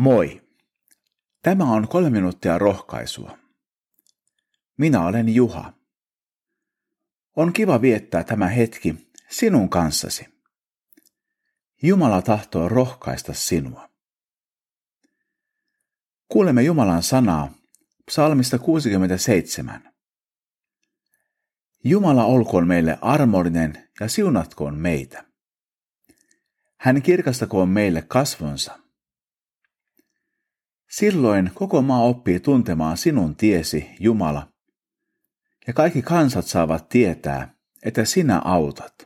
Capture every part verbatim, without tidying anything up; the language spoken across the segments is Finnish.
Moi! Tämä on kolme minuuttia rohkaisua. Minä olen Juha. On kiva viettää tämä hetki sinun kanssasi. Jumala tahtoo rohkaista sinua. Kuulemme Jumalan sanaa psalmista kuusikymmentäseitsemän. Jumala olkoon meille armollinen ja siunatkoon meitä. Hän kirkastakoon meille kasvonsa. Silloin koko maa oppii tuntemaan sinun tiesi, Jumala, ja kaikki kansat saavat tietää, että sinä autat.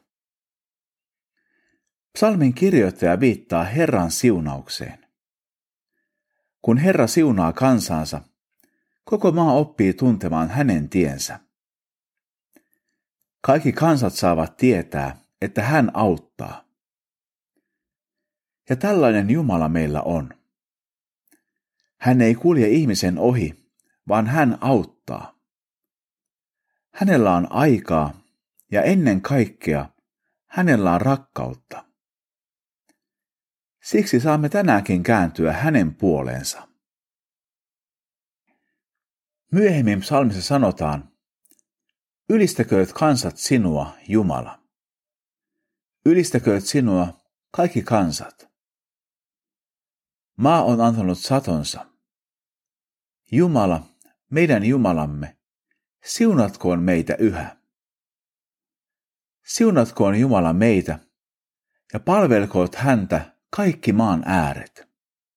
Psalmin kirjoittaja viittaa Herran siunaukseen. Kun Herra siunaa kansansa, koko maa oppii tuntemaan hänen tiensä. Kaikki kansat saavat tietää, että hän auttaa. Ja tällainen Jumala meillä on. Hän ei kulje ihmisen ohi, vaan hän auttaa. Hänellä on aikaa ja ennen kaikkea hänellä on rakkautta. Siksi saamme tänäänkin kääntyä hänen puoleensa. Myöhemmin psalmissa sanotaan, ylistäkööt kansat sinua, Jumala. Ylistäkööt sinua kaikki kansat. Maa on antanut satonsa. Jumala, meidän Jumalamme, siunatkoon meitä yhä. Siunatkoon Jumala meitä ja palvelkoot häntä kaikki maan ääret.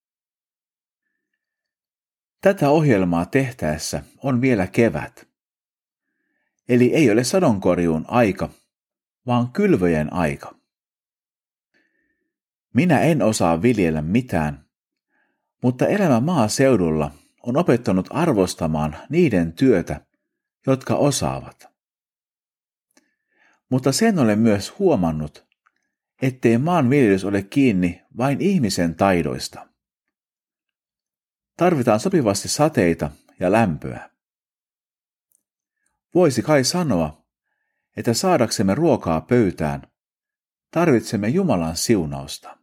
Tätä ohjelmaa tehtäessä on vielä kevät. Eli ei ole sadonkorjuun aika, vaan kylvöjen aika. Minä en osaa viljellä mitään, mutta elämä maaseudulla on opettanut arvostamaan niiden työtä, jotka osaavat. Mutta sen olen myös huomannut, ettei maanviljelys ole kiinni vain ihmisen taidoista. Tarvitaan sopivasti sateita ja lämpöä. Voisi kai sanoa, että saadaksemme ruokaa pöytään, tarvitsemme Jumalan siunausta.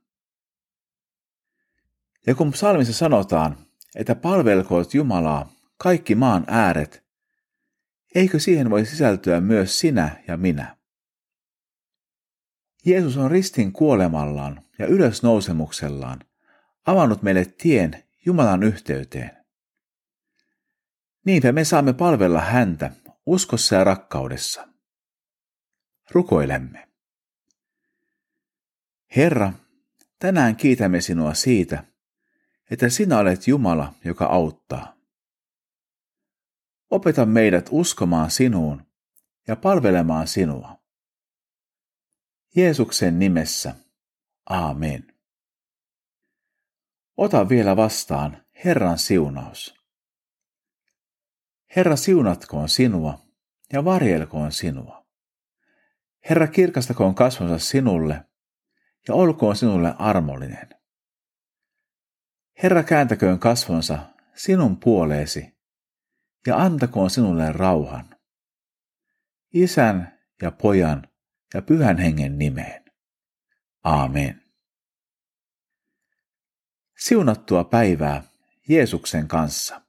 Ja kun psalmissa sanotaan, että palvelkoot Jumalaa kaikki maan ääret, eikö siihen voi sisältyä myös sinä ja minä? Jeesus on ristin kuolemallaan ja ylösnousemuksellaan avannut meille tien Jumalan yhteyteen. Niinpä me saamme palvella häntä uskossa ja rakkaudessa. Rukoilemme. Herra, tänään kiitämme sinua siitä, että sinä olet Jumala, joka auttaa. Opeta meidät uskomaan sinuun ja palvelemaan sinua. Jeesuksen nimessä. Aamen. Ota vielä vastaan Herran siunaus. Herra siunatkoon sinua ja varjelkoon sinua. Herra kirkastakoon kasvonsa sinulle ja olkoon sinulle armollinen. Herra kääntäköön kasvonsa sinun puoleesi ja antakoon sinulle rauhan. Isän ja Pojan ja Pyhän Hengen nimeen. Aamen. Siunattua päivää Jeesuksen kanssa.